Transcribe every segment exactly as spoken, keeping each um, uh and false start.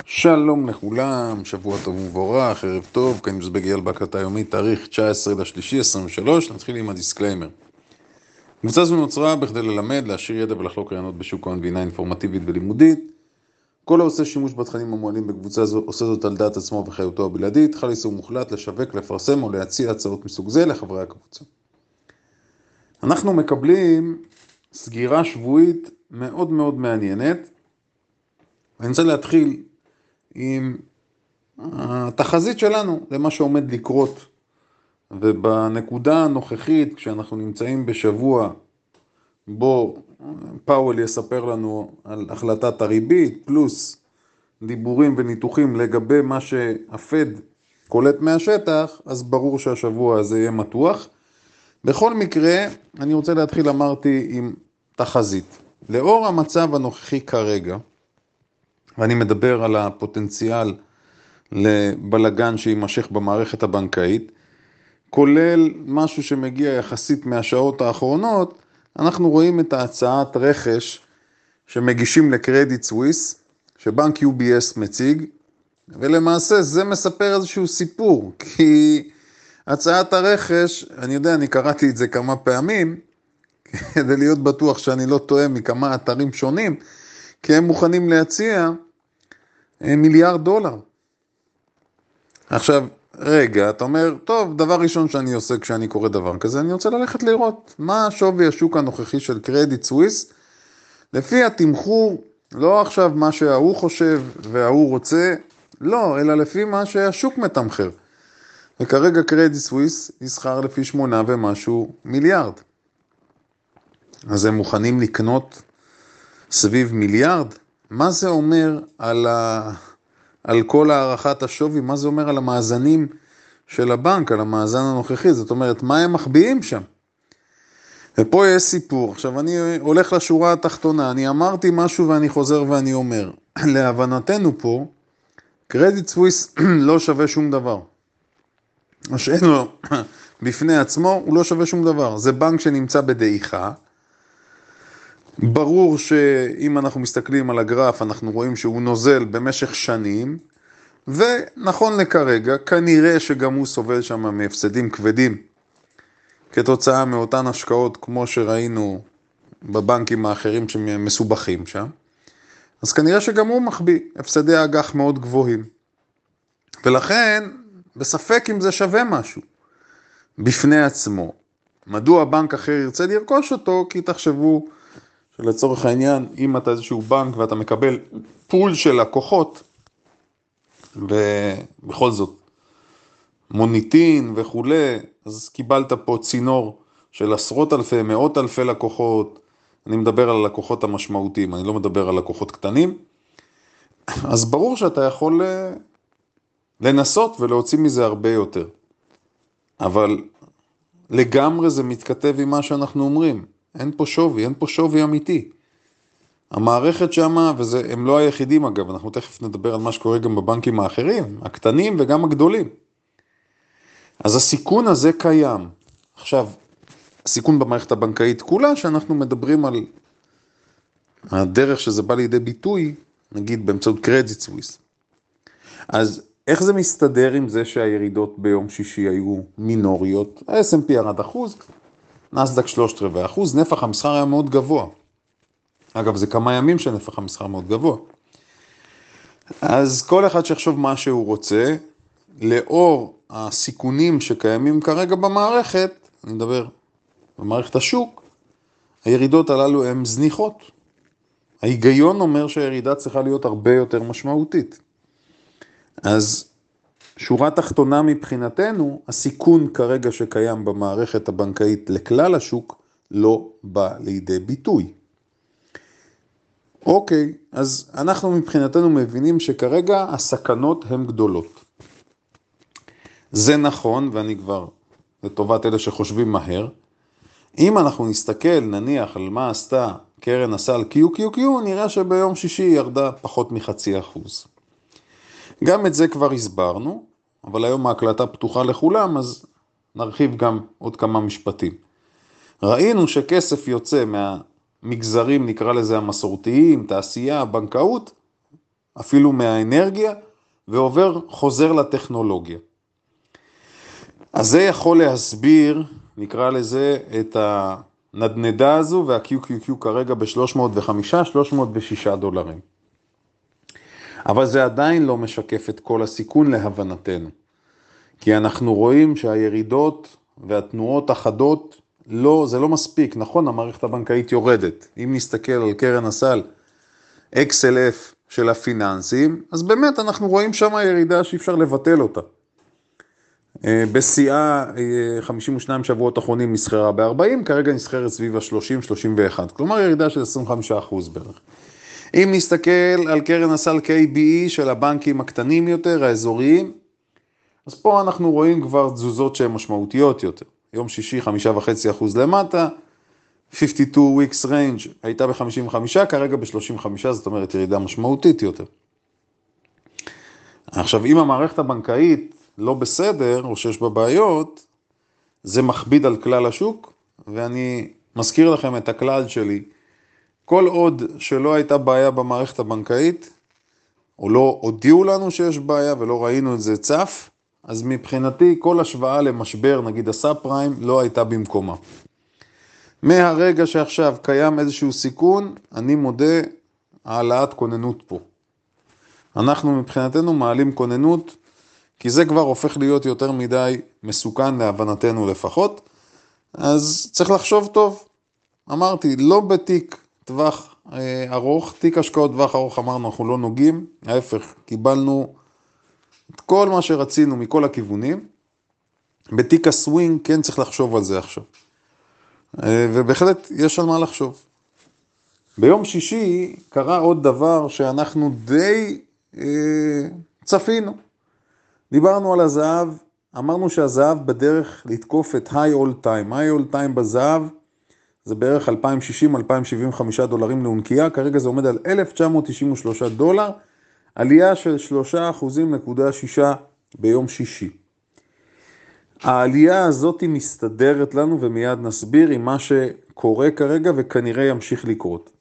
שלום לכולם, שבוע טוב ומבורך, ערב טוב, כאן מזבג אייל בהקלטה יומית, תאריך תשע עשרה לשלישי עשרים ושלוש, נתחיל עם הדיסקליימר. קבוצה זו נוצרה בכדי ללמד, להשאיר ידע ולחלוק רעיונות בשוק ההון ועינה אינפורמטיבית ולימודית. כל העושה שימוש בתכנים המועלים בקבוצה זו עושה זאת על דעת עצמו וחיותו הבלעדית, חל איסור מוחלט לשווק, לפרסם או להציע הצעות מסוג זה לחברי הקבוצה. אנחנו מקבלים סגירה שבועית מאוד מאוד מעניינת. אני רוצה להתחיל עם התחזית שלנו למה שעומד לקרות, ובנקודה הנוכחית כשאנחנו נמצאים בשבוע בו פאוול יספר לנו על החלטת הריבית פלוס דיבורים וניתוחים לגבי מה שהפד קולט מהשטח, אז ברור שהשבוע הזה יהיה מתוח. בכל מקרה אני רוצה להתחיל, אמרתי, עם תחזית. לאור המצב הנוכחי כרגע, ואני מדבר על הפוטנציאל לבלגן שימשך במערכת הבנקאית, כולל משהו שמגיע יחסית מהשעות האחרונות, אנחנו רואים את ההצעת רכש שמגישים לקרדיט סוויס, שבנק יו בי אס מציג, ולמעשה זה מספר איזשהו סיפור, כי הצעת הרכש, אני יודע, אני קראתי את זה כמה פעמים, כדי להיות בטוח שאני לא טועה מכמה אתרים שונים, כי הם מוכנים להציע מיליארד דולר. עכשיו, רגע, אתה אומר, טוב, דבר ראשון שאני עושה כשאני קורא דבר כזה, אני רוצה ללכת לראות מה שווי השוק הנוכחי של קרדיט סוויס, לפי התמחור, לא עכשיו מה שההוא חושב וההוא רוצה, לא, אלא לפי מה שהשוק מתמחר. וכרגע קרדיט סוויס יסחר לפי שמונה ומשהו מיליארד. אז הם מוכנים לקנות סביב מיליארד? מה זה אומר על, ה... על כל הערכת השווי? מה זה אומר על המאזנים של הבנק, על המאזן הנוכחי? זאת אומרת, מה הם מחביאים שם? ופה יש סיפור. עכשיו אני הולך לשורה התחתונה, אני אמרתי משהו ואני חוזר ואני אומר, להבנתנו פה, קרדיט סוויס לא שווה שום דבר. מה שאין לו בפני עצמו, הוא לא שווה שום דבר. זה בנק שנמצא בדעיכה, ברור שאם אנחנו מסתכלים על הגרף, אנחנו רואים שהוא נוזל במשך שנים, ונכון לכרגע, כנראה שגם הוא סובל שם מהפסדים כבדים, כתוצאה מאותן השקעות כמו שראינו בבנקים האחרים שמסובכים שם, אז כנראה שגם הוא מחביא הפסדי אג"ח מאוד גבוהים, ולכן בספק אם זה שווה משהו בפני עצמו. מדוע בנק אחר ירצה לרכוש אותו? כי תחשבו, לצורך העניין, אם אתה איזשהו בנק ואתה מקבל פול של לקוחות, ובכל זאת מוניטין וכו', אז קיבלת פה צינור של עשרות אלפי, מאות אלפי לקוחות. אני מדבר על הלקוחות המשמעותיים, אני לא מדבר על לקוחות קטנים. אז ברור שאתה יכול לנסות ולהוציא מזה הרבה יותר. אבל לגמרי זה מתכתב עם מה שאנחנו אומרים. אין פה שווי, אין פה שווי אמיתי. המערכת שמה, והם לא היחידים אגב, אנחנו תכף נדבר על מה שקורה גם בבנקים האחרים, הקטנים וגם הגדולים. אז הסיכון הזה קיים. עכשיו, הסיכון במערכת הבנקאית כולה, שאנחנו מדברים על הדרך שזה בא לידי ביטוי, נגיד באמצעות קרדיט סוויס. אז איך זה מסתדר עם זה שהירידות ביום שישי היו מינוריות? ה-אס אנד פי ירד אחוז, נסדק שלושת רבעי אחוז, נפח המסחר היה מאוד גבוה. אגב, זה כמה ימים שנפח המסחר מאוד גבוה. אז כל אחד שיחשוב מה שהוא רוצה, לאור הסיכונים שקיימים כרגע במערכת, אני מדבר במערכת השוק, הירידות הללו הן זניחות. ההיגיון אומר שהירידה צריכה להיות הרבה יותר משמעותית. אז שורה תחתונה מבחינתנו, הסיכון כרגע שקיים במערכת הבנקאית לכלל השוק לא בא לידי ביטוי. אוקיי, אז אנחנו מבחינתנו מבינים שכרגע הסכנות הן גדולות. זה נכון, ואני כבר לטובת אלה שחושבים מהר. אם אנחנו נסתכל נניח על מה עשתה קרן הסל קיו קיו קיו, נראה שביום שישי ירדה פחות מחצי אחוז. גם את זה כבר הסברנו, אבל היום ההקלטה פתוחה לכולם, אז נרחיב גם עוד כמה משפטים. ראינו שכסף יוצא מהמגזרים, נקרא לזה המסורתיים, תעשייה, בנקאות, אפילו מהאנרגיה, ועובר, חוזר לטכנולוגיה. אז זה יכול להסביר, נקרא לזה, את הנדנדה הזו, וה-קיו קיו קיו כרגע ב-שלוש מאות וחמש, שלוש מאות ושש דולרים. אבל זה עדיין לא משקף את כל הסיכון להבנתנו. כי אנחנו רואים שהירידות והתנועות החדות, לא, זה לא מספיק. נכון, המערכת הבנקאית יורדת. אם נסתכל על קרן הסל אקס אל אף של הפיננסים, אז באמת אנחנו רואים שם ירידה שאי אפשר לבטל אותה. בשיאה חמישים ושניים שבועות אחרונים נסחרה ב-ארבעים, כרגע נסחרת סביב ה-שלושים שלושים ואחת, כלומר ירידה של עשרים וחמישה אחוז בערך. אם נסתכל על קרן הסל קיי בי איי של הבנקים הקטנים יותר, האזוריים, אז פה אנחנו רואים כבר תזוזות שהן משמעותיות יותר. יום שישי חמישה וחצי אחוז למטה, חמישים ושתיים weeks range הייתה ב-חמישים וחמש, כרגע ב-שלושים וחמש, זאת אומרת ירידה משמעותית יותר. עכשיו, אם המערכת הבנקאית לא בסדר, או שיש בה בעיות, זה מכביד על כלל השוק, ואני מזכיר לכם את הכלל שלי, כל עוד שלא הייתה בעיה במערכת הבנקאית, או לא הודיעו לנו שיש בעיה ולא ראינו את זה צף, אז מבחינתי כל השוואה למשבר, נגיד הסאב פריים, לא הייתה במקומה. מהרגע שעכשיו קיים איזשהו סיכון, אני מודה העלאת כוננות פה. אנחנו מבחינתנו מעלים כוננות, כי זה כבר הופך להיות יותר מדי מסוכן להבנתנו לפחות, אז צריך לחשוב טוב. אמרתי, לא בתיק טווח אה, ארוך, תיק השקעות טווח ארוך אמרנו, אנחנו לא נוגעים, ההפך, קיבלנו את כל מה שרצינו מכל הכיוונים, בתיק הסווינג כן צריך לחשוב על זה עכשיו, אה, ובהחלט יש על מה לחשוב. ביום שישי קרה עוד דבר שאנחנו די אה, צפינו, דיברנו על הזהב, אמרנו שהזהב בדרך לתקוף את high all time, high all time בזהב, זה בערך אלפיים שישים אלפיים שבעים וחמש דולרים לאונקייה, כרגע זה עומד על אלף תשע מאות תשעים ושלושה דולר, עלייה של שלושה אחוזים נקודה שישה ביום שישי. העלייה הזאת מסתדרת לנו ומיד נסביר עם מה שקורה כרגע וכנראה ימשיך לקרות.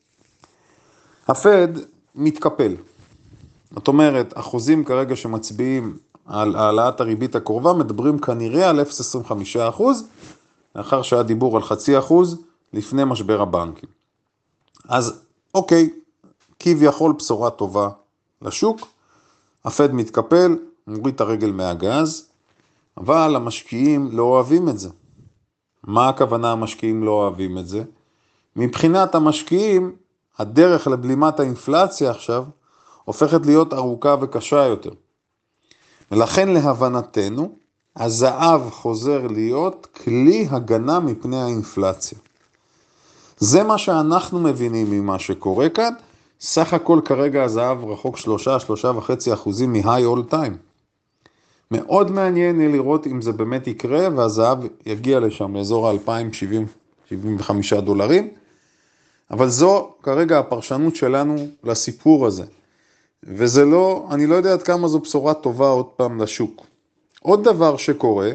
הפד מתקפל, זאת אומרת, החוזים כרגע שמצביעים על העלאת הריבית הקרובה מדברים כנראה על אפס נקודה עשרים וחמישה אחוז, לאחר שהיה דיבור על חצי אחוז לפני משבר הבנקים. אז אוקיי, כביכול בשורה טובה לשוק, הפד מתקפל, מוריד את הרגל מהגז, אבל המשקיעים לא אוהבים את זה. מה הכוונה המשקיעים לא אוהבים את זה? מבחינת המשקיעים, הדרך לבלימת האינפלציה עכשיו, הופכת להיות ארוכה וקשה יותר. ולכן להבנתנו, הזהב חוזר להיות כלי הגנה מפני האינפלציה. זה מה שאנחנו מבינים ממה שקורה כאן, סך הכל כרגע הזהב רחוק שלושה, שלושה וחצי אחוזים מהי all time. מאוד מעניין לראות אם זה באמת יקרה, והזהב יגיע לשם לאזור ה-אלפיים שבעים וחמישה דולרים, אבל זו כרגע הפרשנות שלנו לסיפור הזה. וזה לא, אני לא יודע עד כמה זו בשורה טובה עוד פעם לשוק. עוד דבר שקורה,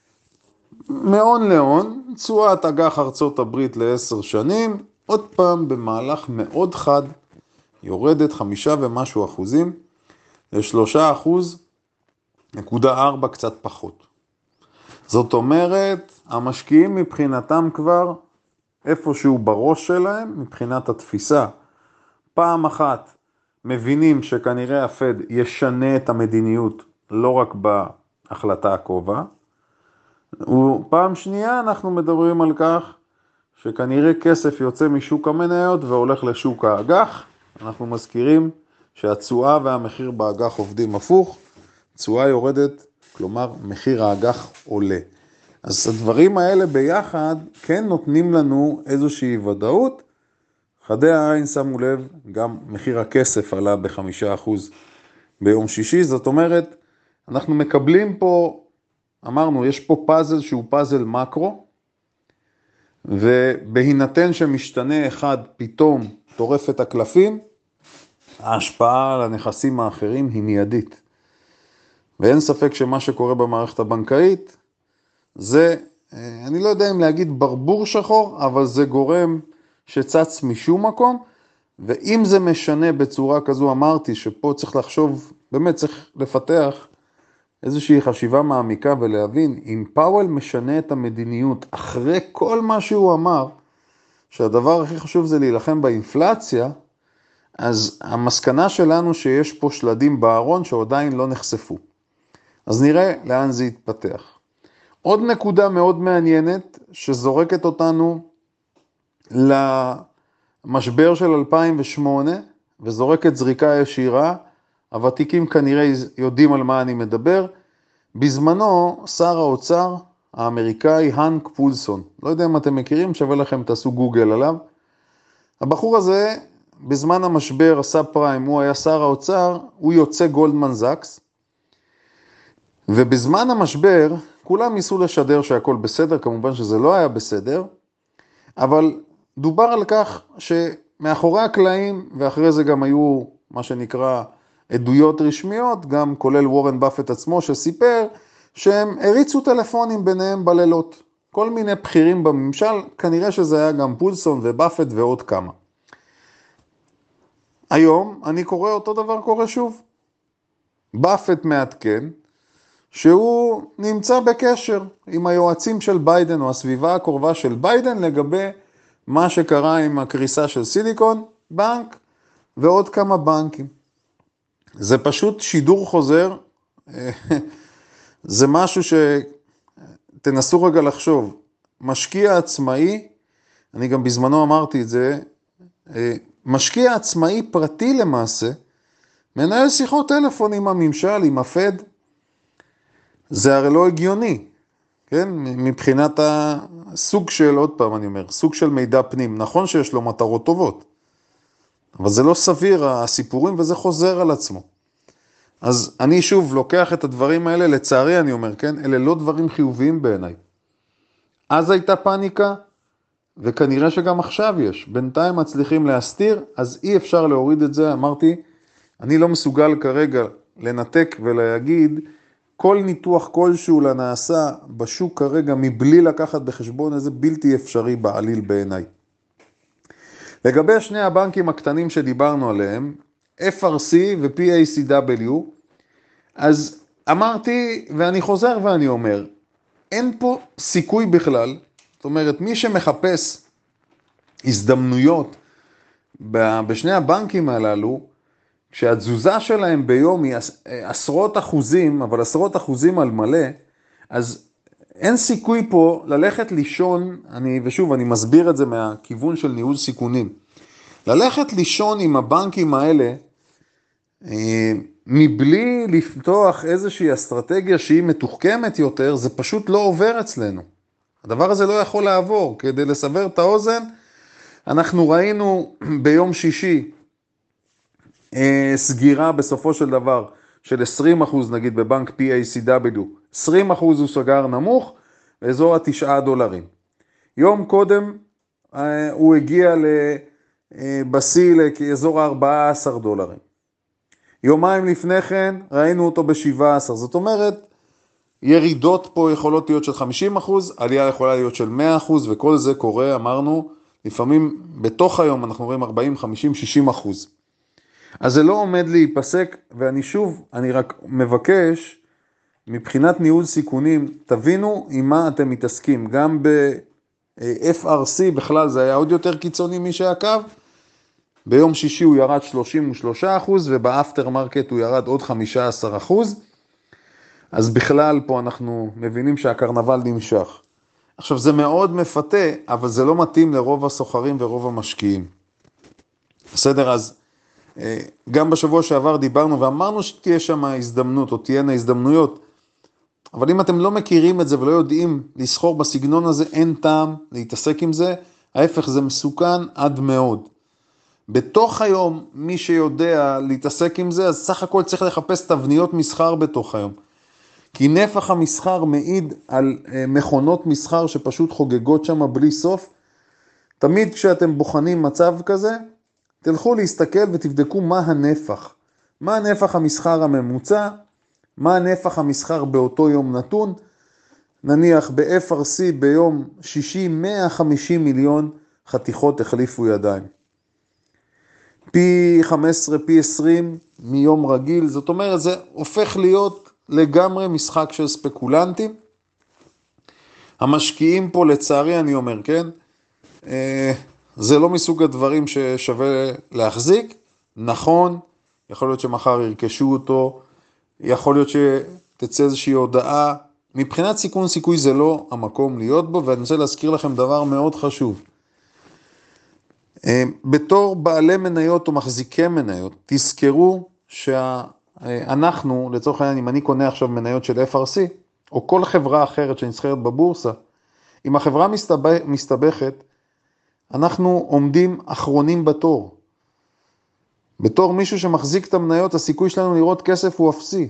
מהון להון, תשואת אג"ח ארצות הברית לעשר שנים, עוד פעם במהלך מאוד חד, יורדת חמישה ומשהו אחוזים, לשלושה אחוז, נקודה ארבע קצת פחות. זאת אומרת, המשקיעים מבחינתם כבר, איפשהו בראש שלהם, מבחינת התפיסה, פעם אחת, מבינים שכנראה הפד ישנה את המדיניות, לא רק בהחלטה הקרובה, ופעם שנייה אנחנו מדברים על כך שכנראה כסף יוצא משוק המניות והולך לשוק האג"ח. אנחנו מזכירים שהתשואה והמחיר באג"ח עובדים הפוך, תשואה יורדת, כלומר מחיר האג"ח עולה. אז הדברים האלה ביחד כן נותנים לנו איזושהי ודאות. חדי העין שמו לב, גם מחיר הכסף עלה בחמישה אחוז ביום שישי, זאת אומרת, אנחנו מקבלים פה, אמרנו, יש פה פאזל שהוא פאזל מקרו, ובהינתן שמשתנה אחד פתאום טורף את הקלפים, ההשפעה על הנכסים האחרים היא מיידית. ואין ספק שמה שקורה במערכת הבנקאית, זה, אני לא יודע אם להגיד ברבור שחור, אבל זה גורם שצץ משום מקום, ואם זה משנה בצורה כזו, אמרתי שפה צריך לחשוב, באמת צריך לפתח איזושהי חשיבה מעמיקה ולהבין, אם פאוול משנה את המדיניות אחרי כל מה שהוא אמר, שהדבר הכי חשוב זה להילחם באינפלציה, אז המסקנה שלנו שיש פה שלדים בארון שעדיין לא נחשפו. אז נראה לאן זה יתפתח. עוד נקודה מאוד מעניינת שזורקת אותנו למשבר של אלפיים ושמונה, וזורקת זריקה ישירה, הוותיקים כנראה יודעים על מה אני מדבר, בזמנו שר האוצר האמריקאי הנק פולסון, לא יודע אם אתם מכירים, שווה לכם תעשו גוגל עליו, הבחור הזה בזמן המשבר הסאב פריים, הוא היה שר האוצר, הוא יוצא גולדמן זאקס, ובזמן המשבר כולם ניסו לשדר שהכל בסדר, כמובן שזה לא היה בסדר, אבל דובר על כך שמאחורי הקלעים, ואחרי זה גם היו מה שנקרא עדויות רשמיות, גם כולל וורן באפט עצמו שסיפר, שהם הריצו טלפונים ביניהם בלילות. כל מיני בכירים בממשל, כנראה שזה היה גם פולסון ובאפט ועוד כמה. היום אני קורא אותו דבר קורה שוב. באפט מעדכן שהוא נמצא בקשר עם היועצים של ביידן או הסביבה הקרובה של ביידן לגבי מה שקרה עם הקריסה של סיליקון בנק ועוד כמה בנקים. זה פשוט שידור חוזר, זה משהו שתנסו רגע לחשוב, משקיע עצמאי, אני גם בזמנו אמרתי את זה, משקיע עצמאי פרטי למעשה, מנהל שיחות טלפון עם הממשל, עם הפד, זה הרי לא הגיוני, כן? מבחינת הסוג של, עוד פעם אני אומר, סוג של מידע פנים, נכון שיש לו מטרות טובות, אבל זה לא סביר הסיפורים וזה חוזר על עצמו. אז אני שוב לוקח את הדברים האלה, לצערי אני אומר, כן? אלה לא דברים חיוביים בעיניי. אז הייתה פאניקה, וכנראה שגם עכשיו יש. בינתיים מצליחים להסתיר, אז אי אפשר להוריד את זה. אמרתי, אני לא מסוגל כרגע לנתק ולהגיד, כל ניתוח כלשהו לנעשה בשוק כרגע, מבלי לקחת בחשבון איזה בלתי אפשרי בעליל בעיניי. לגבי שני הבנקים הקטנים שדיברנו עליהם, אף אר סי ו-פי איי סי דאבליו, אז אמרתי, ואני חוזר ואני אומר, אין פה סיכוי בכלל, זאת אומרת, מי שמחפש הזדמנויות בשני הבנקים הללו, כשהתזוזה שלהם ביום היא עשרות אחוזים, אבל עשרות אחוזים על מלא, אז אין סיכוי פה ללכת לישון, אני, ושוב, אני מסביר את זה מהכיוון של ניהול סיכונים, ללכת לישון עם הבנקים האלה, מבלי לפתוח איזושהי אסטרטגיה שהיא מתוחכמת יותר, זה פשוט לא עובר אצלנו. הדבר הזה לא יכול לעבור. כדי לסבר את האוזן, אנחנו ראינו ביום שישי סגירה בסופו של דבר של עשרים אחוז נגיד בבנק פי איי סי דאבליו, עשרים אחוז הוא סגר נמוך, באזור התשעה דולרים. יום קודם הוא הגיע לבשיא לאזור ה-ארבעה עשר דולרים. יומיים לפני כן ראינו אותו ב-שבעה עשר, זאת אומרת, ירידות פה יכולות להיות של חמישים אחוז, עלייה יכולה להיות של מאה אחוז, וכל זה קורה, אמרנו, לפעמים בתוך היום אנחנו רואים ארבעים, חמישים, שישים אחוז. אז זה לא עומד להיפסק, ואני שוב, אני רק מבקש, מבחינת ניהול סיכונים, תבינו עם מה אתם מתעסקים, גם ב-אף אר סי בכלל זה היה עוד יותר קיצוני מי שעקב, ביום שישי הוא ירד שלושים ושלושה אחוז, ובאפטר מרקט הוא ירד עוד חמישה עשר אחוז, אז בכלל פה אנחנו מבינים שהקרנבל נמשך. עכשיו זה מאוד מפתה, אבל זה לא מתאים לרוב הסוחרים ורוב המשקיעים. בסדר, אז גם בשבוע שעבר דיברנו ואמרנו שתהיה שם הזדמנות או תהיינה הזדמנויות, אבל אם אתם לא מכירים את זה ולא יודעים לסחור בסגנון הזה, אין טעם להתעסק עם זה, ההפך זה מסוכן עד מאוד. בתוך היום, מי שיודע להתעסק עם זה, אז סך הכל צריך לחפש תבניות מסחר בתוך היום. כי נפח המסחר מעיד על מכונות מסחר שפשוט חוגגות שם בלי סוף. תמיד כשאתם בוחנים מצב כזה, תלכו להסתכל ותבדקו מה הנפח. מה הנפח המסחר הממוצע, מה הנפח המסחר באותו יום נתון. נניח ב-אף אר סי ביום שישי מאה וחמישים מיליון חתיכות החליפו ידיים. פי חמש עשרה, פי עשרים מיום רגיל, זאת אומרת, זה הופך להיות לגמרי משחק של ספקולנטים. המשקיעים פה, לצערי אני אומר, כן, זה לא מסוג הדברים ששווה להחזיק. נכון, יכול להיות שמחר ירכשו אותו, יכול להיות שתצא איזושהי הודעה, מבחינת סיכון סיכוי זה לא המקום להיות בו, ואני רוצה להזכיר לכם דבר מאוד חשוב. בתור בעלי מניות או מחזיקי מניות, תזכרו שאנחנו, לצורך העניין, אם אני קונה עכשיו מניות של אף אר סי, או כל חברה אחרת שנסחרת בבורסה, אם החברה מסתבכת, אנחנו עומדים אחרונים בתור. בתור מישהו שמחזיק את המניות, הסיכוי שלנו לראות כסף הוא אפסי.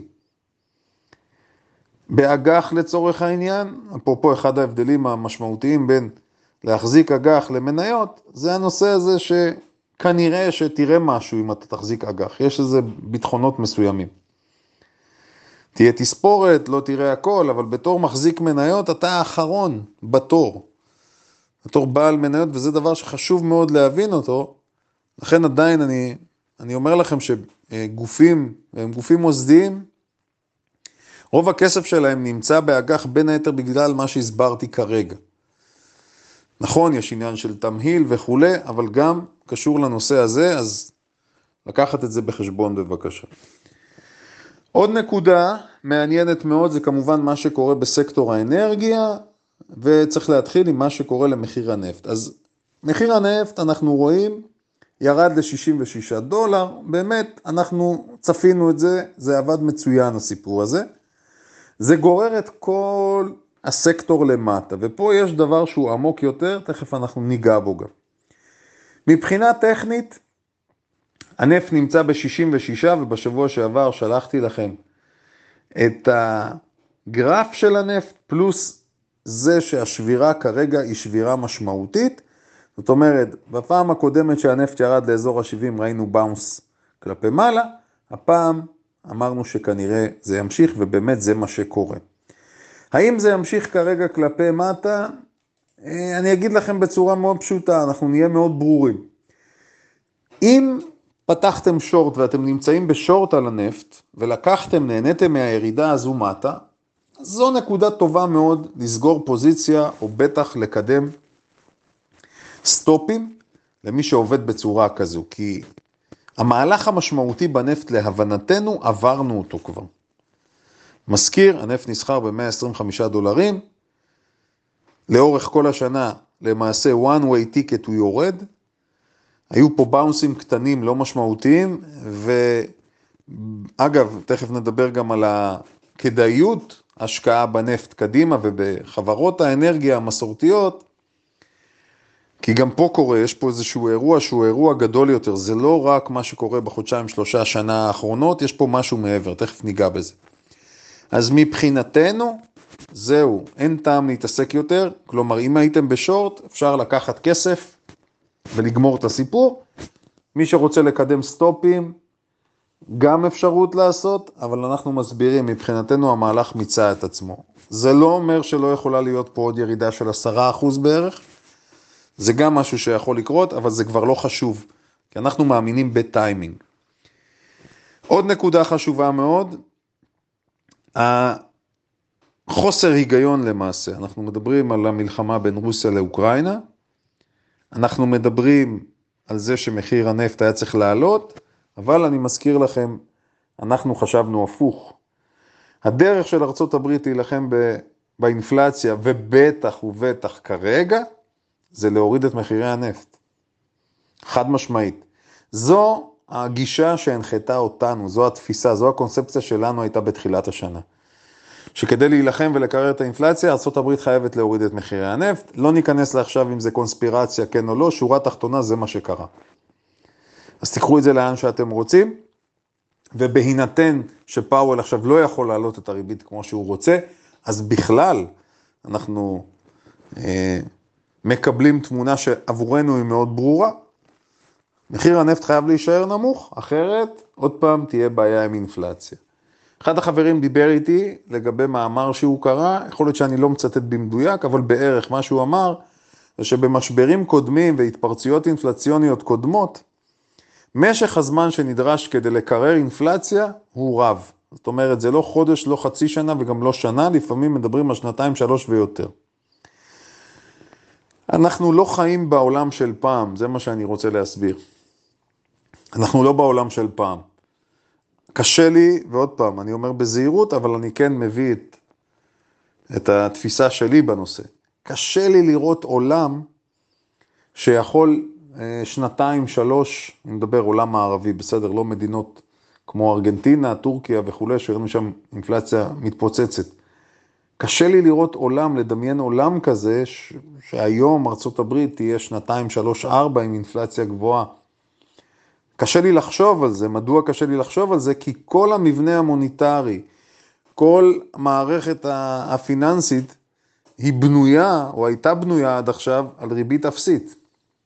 באג"ח לצורך העניין, אפרופו אחד ההבדלים המשמעותיים בין להחזיק אג"ח למניות, זה הנושא הזה שכנראה שתראה משהו אם אתה תחזיק אג"ח. יש איזה ביטחונות מסוימים. תהיה תספורת, לא תראה הכל, אבל בתור מחזיק מניות אתה האחרון בתור. בתור בעל מניות, וזה דבר שחשוב מאוד להבין אותו. לכן עדיין אני, אני אומר לכם שגופים, הם גופים מוסדיים, רוב הכסף שלהם נמצא באג"ח בין היתר בגלל מה שהסברתי כרגע. נכון, יש עניין של תמהיל וכו', אבל גם קשור לנושא הזה, אז לקחת את זה בחשבון בבקשה. עוד נקודה מעניינת מאוד, זה כמובן מה שקורה בסקטור האנרגיה, וצריך להתחיל עם מה שקורה למחיר הנפט. אז מחיר הנפט אנחנו רואים ירד ל-שישים ושישה דולר, באמת אנחנו צפינו את זה, זה עבד מצוין הסיפור הזה. זה גורר את כל הסקטור למטה, ופה יש דבר שהוא עמוק יותר, תכף אנחנו ניגע בו גם. מבחינה טכנית, הנפט נמצא ב-שישים ושש, ובשבוע שעבר שלחתי לכם את הגרף של הנפט, פלוס זה שהשבירה כרגע היא שבירה משמעותית. זאת אומרת, בפעם הקודמת שהנפט ירד לאזור ה-שבעים ראינו באונס כלפי מעלה, הפעם אמרנו שכנראה זה ימשיך, ובאמת זה מה שקורה. האם זה ימשיך כרגע כלפי מטה? אני אגיד לכם בצורה מאוד פשוטה, אנחנו נהיה מאוד ברורים. אם פתחתם שורט ואתם נמצאים בשורט על הנפט, ולקחתם, נהניתם מהירידה הזו מטה, זו נקודה טובה מאוד לסגור פוזיציה, או בטח לקדם סטופים, למי שעובד בצורה כזו, כי המהלך המשמעותי בנפט להבנתנו, עברנו אותו כבר. מזכיר, הנפט נסחר ב-מאה עשרים וחמישה דולרים, לאורך כל השנה, למעשה one way ticket הוא יורד, היו פה באונסים קטנים לא משמעותיים, ואגב, תכף נדבר גם על הכדאיות, השקעה בנפט קדימה, ובחברות האנרגיה המסורתיות, כי גם פה קורה, יש פה איזשהו אירוע שהוא אירוע גדול יותר, זה לא רק מה שקורה בחודשיים שלושה שנה האחרונות, יש פה משהו מעבר, תכף ניגע בזה. אז מבחינתנו, זהו, אין טעם להתעסק יותר, כלומר אם הייתם בשורט, אפשר לקחת כסף ולגמור את הסיפור. מי שרוצה לקדם סטופים, גם אפשרות לעשות, אבל אנחנו מסבירים, מבחינתנו המהלך מיצה את עצמו. זה לא אומר שלא יכולה להיות פה עוד ירידה של עשרה אחוז בערך, זה גם משהו שיכול לקרות, אבל זה כבר לא חשוב, כי אנחנו מאמינים בטיימינג. עוד נקודה חשובה מאוד, החוסר היגיון למעשה, אנחנו מדברים על המלחמה בין רוסיה לאוקראינה, אנחנו מדברים על זה שמחיר הנפט היה צריך לעלות, אבל אני מזכיר לכם, אנחנו חשבנו הפוך. הדרך של ארצות הברית להילחם באינפלציה, ובטח ובטח כרגע, זה להוריד את מחירי הנפט. חד משמעית. זו הגישה שהנחתה אותנו, זו התפיסה, זו הקונספציה שלנו הייתה בתחילת השנה. שכדי להילחם ולקרר את האינפלציה, ארצות הברית חייבת להוריד את מחירי הנפט. לא ניכנס לעכשיו אם זה קונספירציה, כן או לא, שורה תחתונה זה מה שקרה. אז תיקחו את זה לאן שאתם רוצים, ובהינתן שפאוול עכשיו לא יכול להעלות את הריבית כמו שהוא רוצה, אז בכלל אנחנו אה, מקבלים תמונה שעבורנו היא מאוד ברורה. מחיר הנפט חייב להישאר נמוך, אחרת עוד פעם תהיה בעיה עם אינפלציה. אחד החברים דיבר איתי לגבי מאמר שהוא קרא, יכול להיות שאני לא מצטט במדויק, אבל בערך מה שהוא אמר, זה שבמשברים קודמים והתפרצויות אינפלציוניות קודמות, משך הזמן שנדרש כדי לקרר אינפלציה הוא רב. זאת אומרת, זה לא חודש, לא חצי שנה וגם לא שנה, לפעמים מדברים על שנתיים, שלוש ויותר. אנחנו לא חיים בעולם של פעם, זה מה שאני רוצה להסביר. אנחנו לא בעולם של פעם. קשה לי, ועוד פעם, אני אומר בזהירות, אבל אני כן מביא את, את התפיסה שלי בנושא. קשה לי לראות עולם שיכול שנתיים, שלוש, אני מדבר עולם מערבי, בסדר, לא מדינות כמו ארגנטינה, טורקיה וכו', שראינו שם אינפלציה מתפוצצת. קשה לי לראות עולם, לדמיין עולם כזה, ש... שהיום ארצות הברית תהיה שנתיים, שלוש, ארבע עם אינפלציה גבוהה. קשה לי לחשוב על זה. מדוע קשה לי לחשוב על זה? כי כל המבנה המוניטרי, כל מערכת הפיננסית, היא בנויה, או הייתה בנויה עד עכשיו, על ריבית אפסית.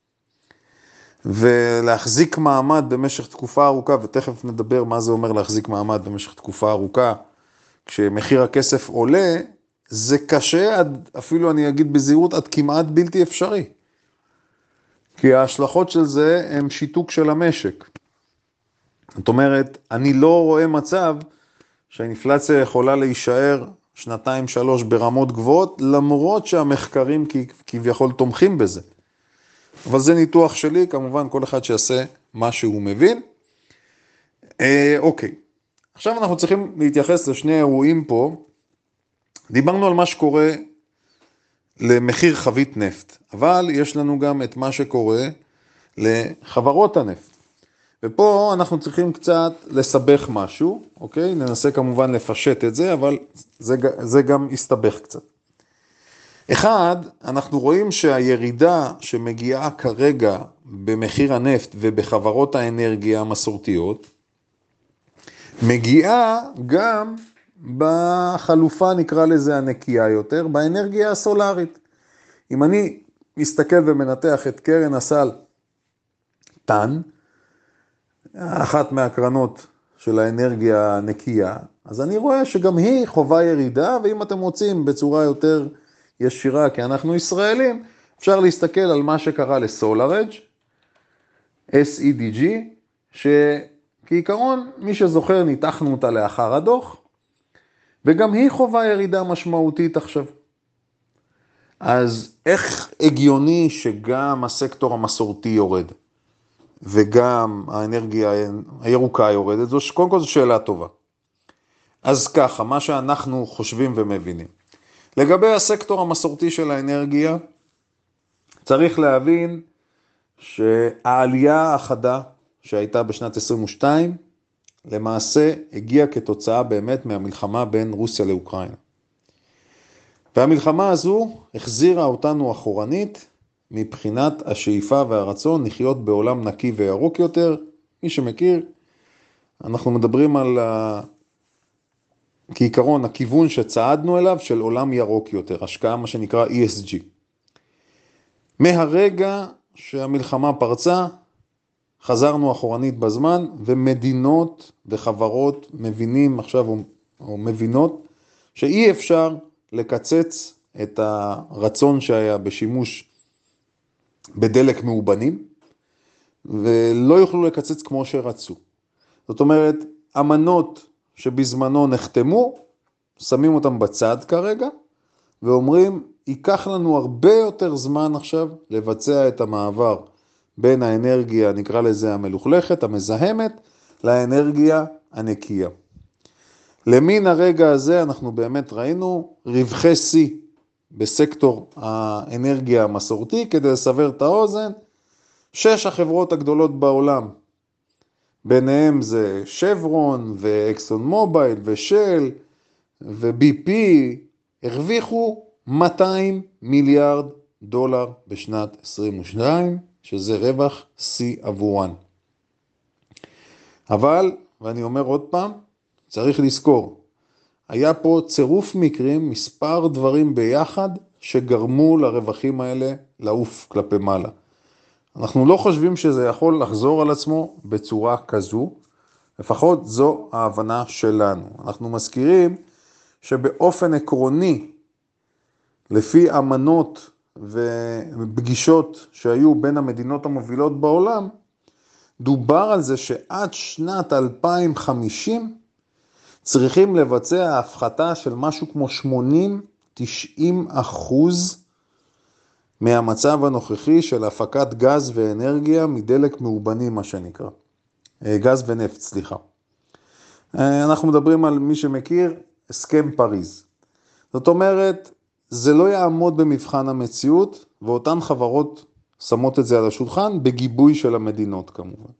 ולהחזיק מעמד במשך תקופה ארוכה, ותכף נדבר מה זה אומר להחזיק מעמד במשך תקופה ארוכה, כשמחיר הכסף עולה, זה קשה, עד, אפילו אני אגיד בזהירות, עד כמעט בלתי אפשרי. כי ההשלכות של זה הם שיתוק של המשק. זאת אומרת, אני לא רואה מצב שהאינפלציה יכולה להישאר שנתיים שלוש ברמות גבוהות, למרות שהמחקרים כביכול תומכים בזה. אבל זה ניתוח שלי, כמובן כל אחד שיעשה מה שהוא מבין. אה, אוקיי, עכשיו אנחנו צריכים להתייחס לשני אירועים פה. דיברנו על מה שקורה למחיר חבית נפט, אבל יש לנו גם את מה שקורה לחברות הנפט. ופה אנחנו צריכים קצת לסבך משהו, אוקיי? ננסה כמובן לפשט את זה, אבל זה, זה גם יסתבך קצת. אחד, אנחנו רואים שהירידה שמגיעה כרגע במחיר הנפט ובחברות האנרגיה המסורתיות, מגיעה גם בחלופה, נקרא לזה הנקייה יותר, באנרגיה הסולרית. אם אני מסתכל ומנתח את קרן הסל טן, אחת מהקרנות של האנרגיה הנקייה, אז אני רואה שגם היא חובה ירידה, ואם אתם רוצים בצורה יותר ישירה, כי אנחנו ישראלים, אפשר להסתכל על מה שקרה לסולארג', אס אי די ג'י, שכעיקרון, מי שזוכר, ניתחנו אותה לאחר הדוח, וגם היא חובה ירידה משמעותית עכשיו. אז איך הגיוני שגם הסקטור המסורתי יורד, וגם האנרגיה הירוקה יורדת? זו, קודם כל זו שאלה טובה. אז ככה, מה שאנחנו חושבים ומבינים. לגבי הסקטור המסורתי של האנרגיה, צריך להבין שהעלייה החדה שהייתה בשנת עשרים ושתיים, למעשה הגיעה כתוצאה באמת מהמלחמה בין רוסיה לאוקראינה. והמלחמה הזו החזירה אותנו אחורנית מבחינת השאיפה והרצון לחיות בעולם נקי וירוק יותר. מי שמכיר, אנחנו מדברים על כעיקרון הכיוון שצעדנו אליו של עולם ירוק יותר, השקעה מה שנקרא אי אס ג'י. מהרגע שהמלחמה פרצה, חזרנו אחורנית בזמן, ומדינות וחברות מבינים עכשיו או, או מבינות שאי אפשר לקצץ את הרצון שהיה בשימוש בדלק מאובנים, ולא יוכלו לקצץ כמו שרצו. זאת אומרת, אמנות שבזמנו נחתמו, שמים אותם בצד כרגע, ואומרים, ייקח לנו הרבה יותר זמן עכשיו לבצע את המעבר בין האנרגיה, נקרא לזה המלוכלכת, המזהמת, לאנרגיה הנקייה. למין הרגע הזה אנחנו באמת ראינו רווחי C בסקטור האנרגיה המסורתי. כדי לסבר את האוזן, שש החברות הגדולות בעולם, ביניהם זה שברון ואקסון מובייל ושל ובי פי, הרוויחו מאתיים מיליארד דולר בשנת עשרים ושתיים, שזה רווח C עבורן. אבל, ואני אומר עוד פעם, צריך לזכור, היה פה צירוף מקרים, מספר דברים ביחד, שגרמו לרווחים האלה לעוף כלפי מעלה. אנחנו לא חושבים שזה יכול לחזור על עצמו בצורה כזו, לפחות זו ההבנה שלנו. אנחנו מזכירים שבאופן עקרוני, לפי אמנות ופגישות שהיו בין המדינות המובילות בעולם, דובר על זה שעד שנת אלפיים וחמישים צריכים לבצע הפחתה של משהו כמו שמונים תשעים אחוז מהמצב הנוכחי של הפקת גז ואנרגיה מדלק מאובנים, מה שנקרא. גז ונפט, סליחה. אנחנו מדברים על מי שמכיר, הסכם פריז. זאת אומרת, זה לא יעמוד במבחן המציאות, ואותן חברות שמות את זה על השולחן, בגיבוי של המדינות כמובן.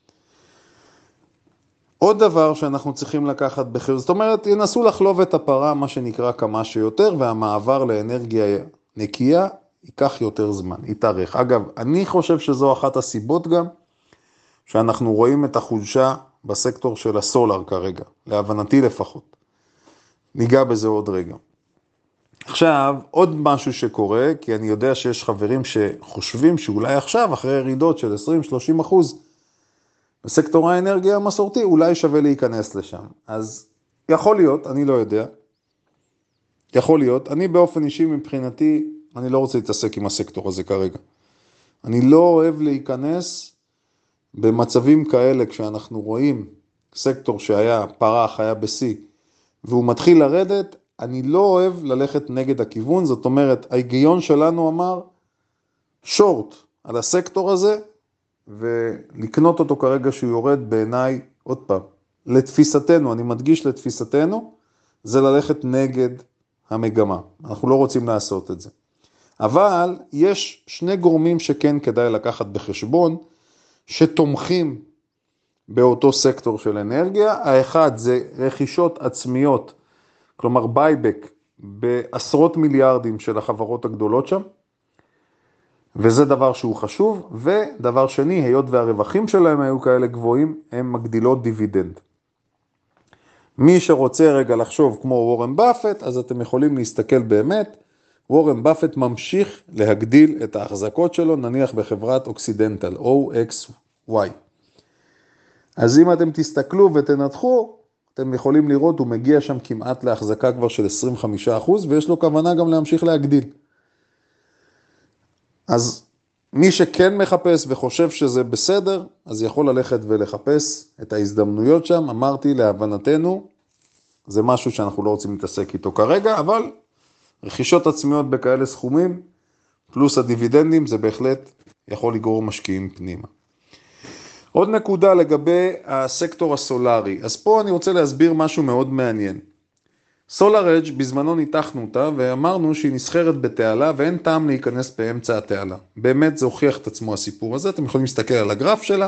עוד דבר שאנחנו צריכים לקחת בחיר, זאת אומרת, ינסו לחלוב את הפרה, מה שנקרא כמה שיותר, והמעבר לאנרגיה נקייה ייקח יותר זמן, יתארך. אגב, אני חושב שזו אחת הסיבות גם, שאנחנו רואים את החולשה בסקטור של הסולר כרגע, להבנתי לפחות. ניגע בזה עוד רגע. עכשיו, עוד משהו שקורה, כי אני יודע שיש חברים שחושבים שאולי עכשיו, אחרי ירידות של עשרים שלושים אחוז, בסקטור האנרגיה המסורתי, אולי שווה להיכנס לשם. אז יכול להיות, אני לא יודע, יכול להיות, אני באופן אישי מבחינתי, אני לא רוצה להתעסק עם הסקטור הזה כרגע. אני לא אוהב להיכנס במצבים כאלה, כשאנחנו רואים סקטור שהיה פרח, היה בסי, והוא מתחיל לרדת, אני לא אוהב ללכת נגד הכיוון, זאת אומרת, ההיגיון שלנו אמר, שורט על הסקטור הזה, ולקנות אותו כרגע שהוא יורד בעיניי, עוד פעם, לתפיסתנו, אני מדגיש לתפיסתנו, זה ללכת נגד המגמה. אנחנו לא רוצים לעשות את זה. אבל יש שני גורמים שכן כדאי לקחת בחשבון, שתומכים באותו סקטור של אנרגיה. האחד זה רכישות עצמיות, כלומר בייבק, בעשרות מיליארדים של החברות הגדולות שם, וזה דבר שהוא חשוב, ודבר שני, היות והרווחים שלהם היו כאלה גבוהים, הם מגדילות דיבידנד. מי שרוצה רגע לחשוב כמו וורן באפט, אז אתם יכולים להסתכל באמת, וורן באפט ממשיך להגדיל את ההחזקות שלו, נניח בחברת אוקסידנטל, או אקס וואי. אז אם אתם תסתכלו ותנתחו, אתם יכולים לראות, הוא מגיע שם כמעט להחזקה כבר של עשרים וחמישה אחוז, ויש לו כוונה גם להמשיך להגדיל. אז מי שכן מחפש וחושב שזה בסדר, אז יכול ללכת ולחפש את ההזדמנויות שם. אמרתי, להבנתנו, זה משהו שאנחנו לא רוצים להתעסק איתו כרגע, אבל רכישות עצמיות בכאלה סכומים, פלוס הדיבידנדים, זה בהחלט יכול לגרור משקיעים פנימה. עוד נקודה לגבי הסקטור הסולרי. אז פה אני רוצה להסביר משהו מאוד מעניין. SolarEdge, בזמנו ניתחנו אותה ואמרנו שהיא נסחרת בתעלה ואין טעם להיכנס באמצע התעלה. באמת זה הוכיח את עצמו הסיפור הזה, אתם יכולים להסתכל על הגרף שלה.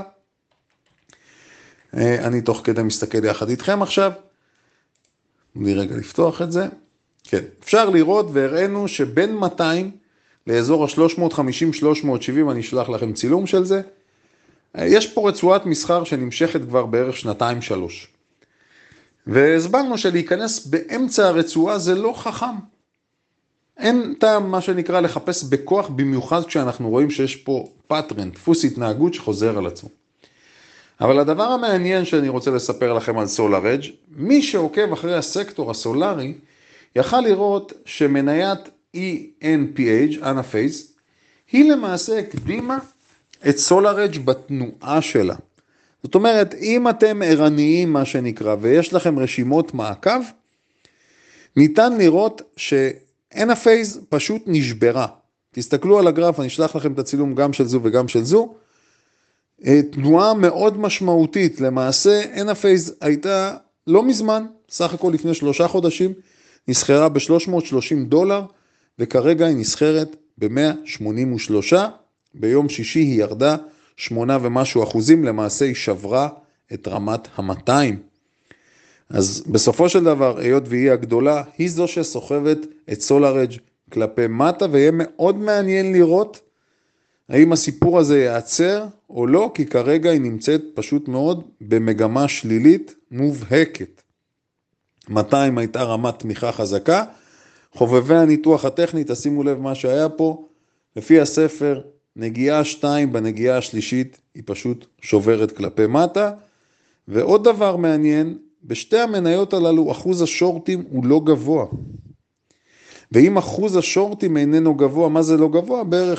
אני תוך כדי מסתכל יחד איתכם עכשיו. אני רגע לפתוח את זה. כן, אפשר לראות והראינו שבין מאתיים לאזור ה-שלוש מאות וחמישים שלוש מאות שבעים, אני אשלח לכם צילום של זה. יש פה רצועת מסחר שנמשכת כבר בערך שנתיים שלוש. והסברנו שלהיכנס באמצע הרצועה זה לא חכם. אין טעם מה שנקרא לחפש בכוח, במיוחד כשאנחנו רואים שיש פה פטרן, דפוס התנהגות שחוזר על עצמו. אבל הדבר המעניין שאני רוצה לספר לכם על SolarEdge, מי שעוקב אחרי הסקטור הסולרי, יכל לראות שמניית אי אן פי אייץ', Anaphase, היא למעשה הקדימה את SolarEdge בתנועה שלה. זאת אומרת, אם אתם ערניים מה שנקרא, ויש לכם רשימות מעקב, ניתן לראות ש-Anaphase פשוט נשברה. תסתכלו על הגרף, אני אשלח לכם את הצילום גם של זו וגם של זו. תנועה מאוד משמעותית, למעשה Anaphase הייתה לא מזמן, סך הכל לפני שלושה חודשים, נסחרה ב-שלוש מאות ושלושים דולר, וכרגע היא נסחרת ב-מאה שמונים ושלוש, ביום שישי היא ירדה שמונה ומשהו אחוזים, למעשה היא שברה את רמת ה-מאתיים. אז בסופו של דבר, היות והיא הגדולה, היא זו שסוחבת את SolarEdge כלפי מטה, ויהיה מאוד מעניין לראות האם הסיפור הזה יעצר או לא, כי כרגע היא נמצאת פשוט מאוד במגמה שלילית מובהקת. מאתיים הייתה רמת תמיכה חזקה, חובבי הניתוח הטכני, תשימו לב מה שהיה פה, לפי הספר, נגיעה שתיים בנגיעה השלישית היא פשוט שוברת כלפי מטה. ועוד דבר מעניין, בשתי המניות הללו אחוז השורטים הוא לא גבוה. ואם אחוז השורטים איננו גבוה, מה זה לא גבוה? בערך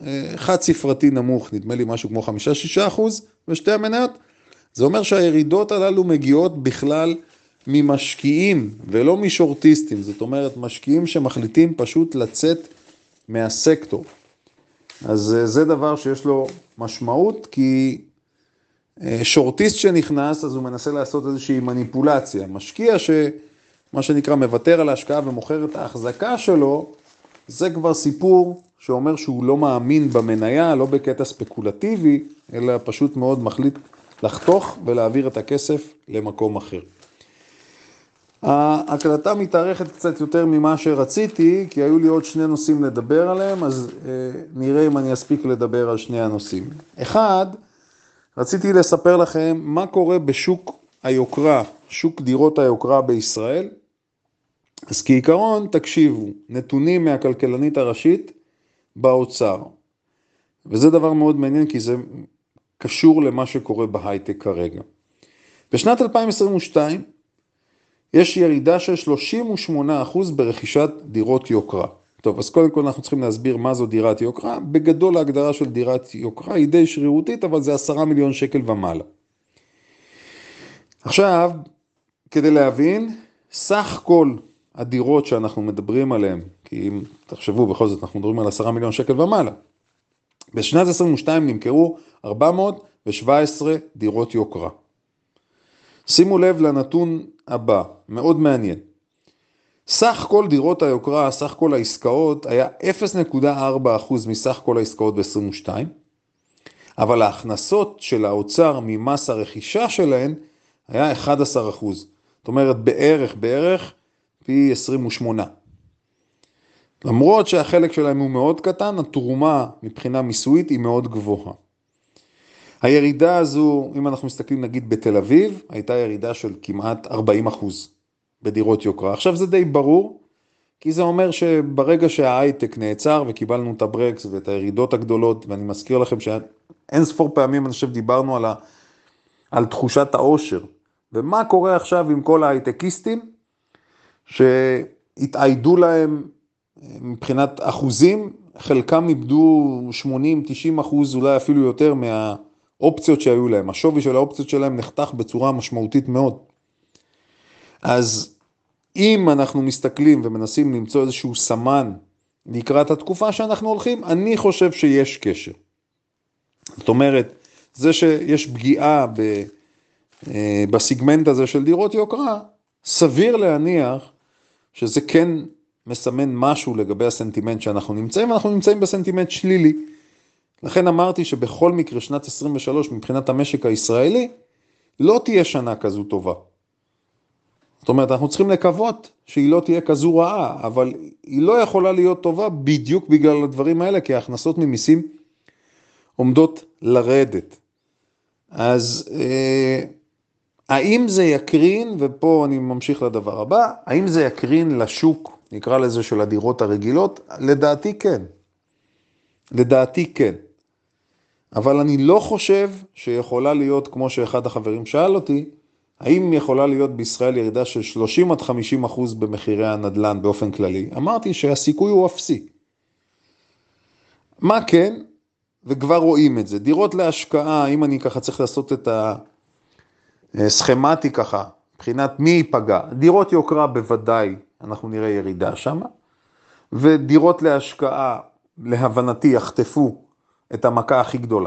חד ספרתי נמוך, נדמה לי משהו כמו חמישה שישה אחוז בשתי המניות, זה אומר שהירידות הללו מגיעות בכלל ממשקיעים ולא משורטיסטים, זאת אומרת משקיעים שמחליטים פשוט לצאת מהסקטור. אז זה דבר שיש לו משמעות, כי שורטיסט שנכנס, אז הוא מנסה לעשות איזושהי מניפולציה. משקיע שמה שנקרא מוותר על ההשקעה ומוכר את ההחזקה שלו, זה כבר סיפור שאומר שהוא לא מאמין במניה, לא בקטע ספקולטיבי, אלא פשוט מאוד מחליט לחתוך ולהעביר את הכסף למקום אחר. ההקלטה מתארכת קצת יותר ממה שרציתי, כי היו לי עוד שני נושאים לדבר עליהם, אז נראה אם אני אספיק לדבר על שני הנושאים. אחד, רציתי לספר לכם מה קורה בשוק היוקרה, שוק דירות היוקרה בישראל. אז כעיקרון, תקשיבו, נתונים מהכלכלנית הראשית באוצר. וזה דבר מאוד מעניין, כי זה קשור למה שקורה בהייטק כרגע. בשנת אלפיים עשרים ושתיים, יש ירידה של שלושים ושמונה אחוז ברכישת דירות יוקרה. טוב, אז קודם כל אנחנו צריכים להסביר מה זו דירת יוקרה. בגדול ההגדרה של דירת יוקרה היא די שרירותית, אבל זה עשרה מיליון שקל ומעלה. עכשיו, כדי להבין, סך כל הדירות שאנחנו מדברים עליהן, כי אם תחשבו בכל זאת אנחנו מדברים על עשרה מיליון שקל ומעלה, בשנת עשרים ושתיים נמכרו ארבע מאות שבע עשרה דירות יוקרה. שימו לב לנתון הבא, מאוד מעניין. סך כל דירות היוקרה, סך כל העסקאות, היה אפס נקודה ארבע אחוז מסך כל העסקאות ב-עשרים ושתיים, אבל ההכנסות של האוצר ממס הרכישה שלהן היה אחד עשר אחוז. זאת אומרת, בערך, בערך, פי עשרים ושמונה. למרות שהחלק שלהם הוא מאוד קטן, התרומה מבחינה מיסויית היא מאוד גבוהה. הירידה הזו, אם אנחנו מסתכלים נגיד בתל אביב, הייתה ירידה של כמעט ארבעים אחוז בדירות יוקרה. עכשיו זה די ברור, כי זה אומר שברגע שההייטק נעצר וקיבלנו את הברקס ואת הירידות הגדולות, ואני מזכיר לכם שאין ספור פעמים אני חושב דיברנו על, ה, על תחושת העושר, ומה קורה עכשיו עם כל ההייטקיסטים שהתעיידו להם מבחינת אחוזים, חלקם איבדו שמונים תשעים אחוז, אולי אפילו יותר מהאופציות שהיו להם. השווי של האופציות שלהם נחתך בצורה משמעותית מאוד. אז אם אנחנו מסתכלים ומנסים למצוא איזשהו סמן לקראת התקופה שאנחנו הולכים, אני חושב שיש קשר. זאת אומרת, זה שיש פגיעה ב, בסיגמנט הזה של דירות יוקרה, סביר להניח שזה כן מסמן משהו לגבי הסנטימנט שאנחנו נמצאים, ואנחנו נמצאים בסנטימנט שלילי. לכן אמרתי שבכל מקרה שנת עשרים ושלוש מבחינת המשק הישראלי, לא תהיה שנה כזו טובה. זאת אומרת, אנחנו צריכים לקוות שהיא לא תהיה כזו רעה, אבל היא לא יכולה להיות טובה בדיוק בגלל הדברים האלה, כי ההכנסות ממיסים עומדות לרדת. אז אה, האם זה יקרין, ופה אני ממשיך לדבר הבא, האם זה יקרין לשוק, נקרא לזה של הדירות הרגילות? לדעתי כן. לדעתי כן. אבל אני לא חושב שיכולה להיות, כמו שאחד החברים שאל אותי, האם יכולה להיות בישראל ירידה של שלושים עד חמישים אחוז במחירי הנדל"ן באופן כללי? אמרתי שהסיכוי הוא אפסי. מה כן? וכבר רואים את זה. דירות להשקעה, אם אני ככה צריך לעשות את הסכמטי ככה, מבחינת מי ייפגע. דירות יוקרה בוודאי, אנחנו נראה ירידה שם, ודירות להשקעה, להבנתי, יחטפו את המכה הכי גדולה.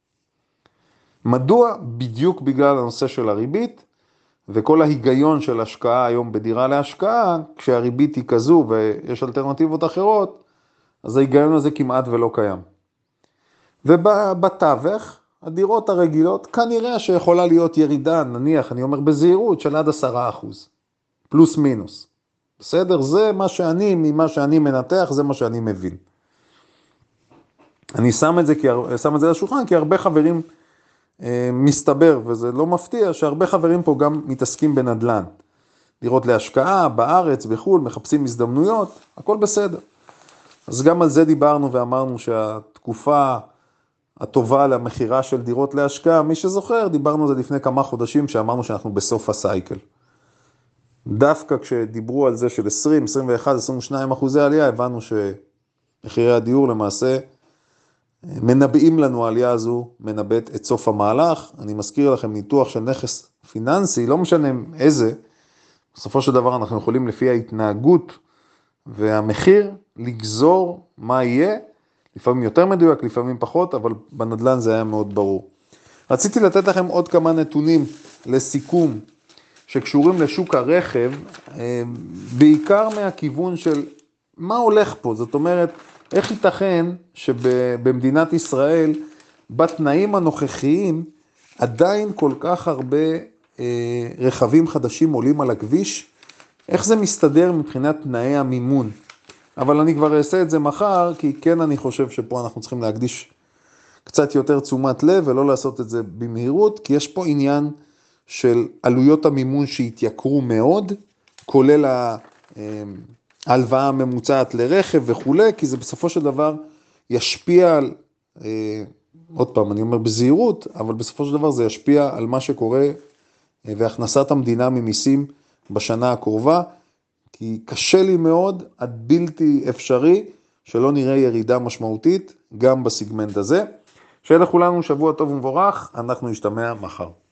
מדוע? בדיוק בגלל הנושא של הריבית, וכל ההיגיון של השקעה היום בדירה להשקעה, כשהריבית היא כזו ויש אלטרנטיבות אחרות, אז ההיגיון הזה כמעט ולא קיים. ובתווך, הדירות הרגילות, כנראה שיכולה להיות ירידה, נניח, אני אומר בזהירות, של עד עשרה אחוז, פלוס מינוס. בסדר? זה מה שאני, ממה שאני מנתח, זה מה שאני מבין. אני שם את זה, כי, שם את זה לשולחן, כי הרבה חברים אה, מסתבר, וזה לא מפתיע, שהרבה חברים פה גם מתעסקים בנדל"ן. דירות להשקעה, בארץ, בחול, מחפשים הזדמנויות, הכל בסדר. אז גם על זה דיברנו ואמרנו שהתקופה הטובה למחירה של דירות להשקעה, מי שזוכר, דיברנו על זה לפני כמה חודשים, שאמרנו שאנחנו בסוף הסייקל. דווקא כשדיברו על זה של עשרים, עשרים ואחת, עשרים ושניים אחוזי עלייה, הבנו שמחירי הדיור למעשה מנבאים לנו העלייה הזו, מנבאת את סוף המהלך. אני מזכיר לכם ניתוח של נכס פיננסי, לא משנה איזה, בסופו של דבר אנחנו יכולים לפי ההתנהגות והמחיר לגזור מה יהיה, לפעמים יותר מדויק, לפעמים פחות, אבל בנדל"ן זה היה מאוד ברור. רציתי לתת לכם עוד כמה נתונים לסיכום שקשורים לשוק הרכב, בעיקר מהכיוון של מה הולך פה. זאת אומרת, איך ייתכן שבמדינת ישראל, בתנאים הנוכחיים, עדיין כל כך הרבה רכבים חדשים עולים על הכביש, איך זה מסתדר מבחינת תנאי המימון. אבל אני כבר אעשה את זה מחר, כי כן אני חושב שפה אנחנו צריכים להקדיש קצת יותר תשומת לב, ולא לעשות את זה במהירות, כי יש פה עניין של עלויות המימון שהתייקרו מאוד, כולל ההלוואה הממוצעת לרכב וכו', כי זה בסופו של דבר ישפיע על, עוד פעם אני אומר בזהירות, אבל בסופו של דבר זה ישפיע על מה שקורה, והכנסת המדינה ממיסים בשנה הקרובה, כי קשה לי מאוד, עד בלתי אפשרי, שלא נראה ירידה משמעותית, גם בסגמנט הזה. שיהיה לכולנו שבוע טוב ומבורך, אנחנו נשתמע מחר.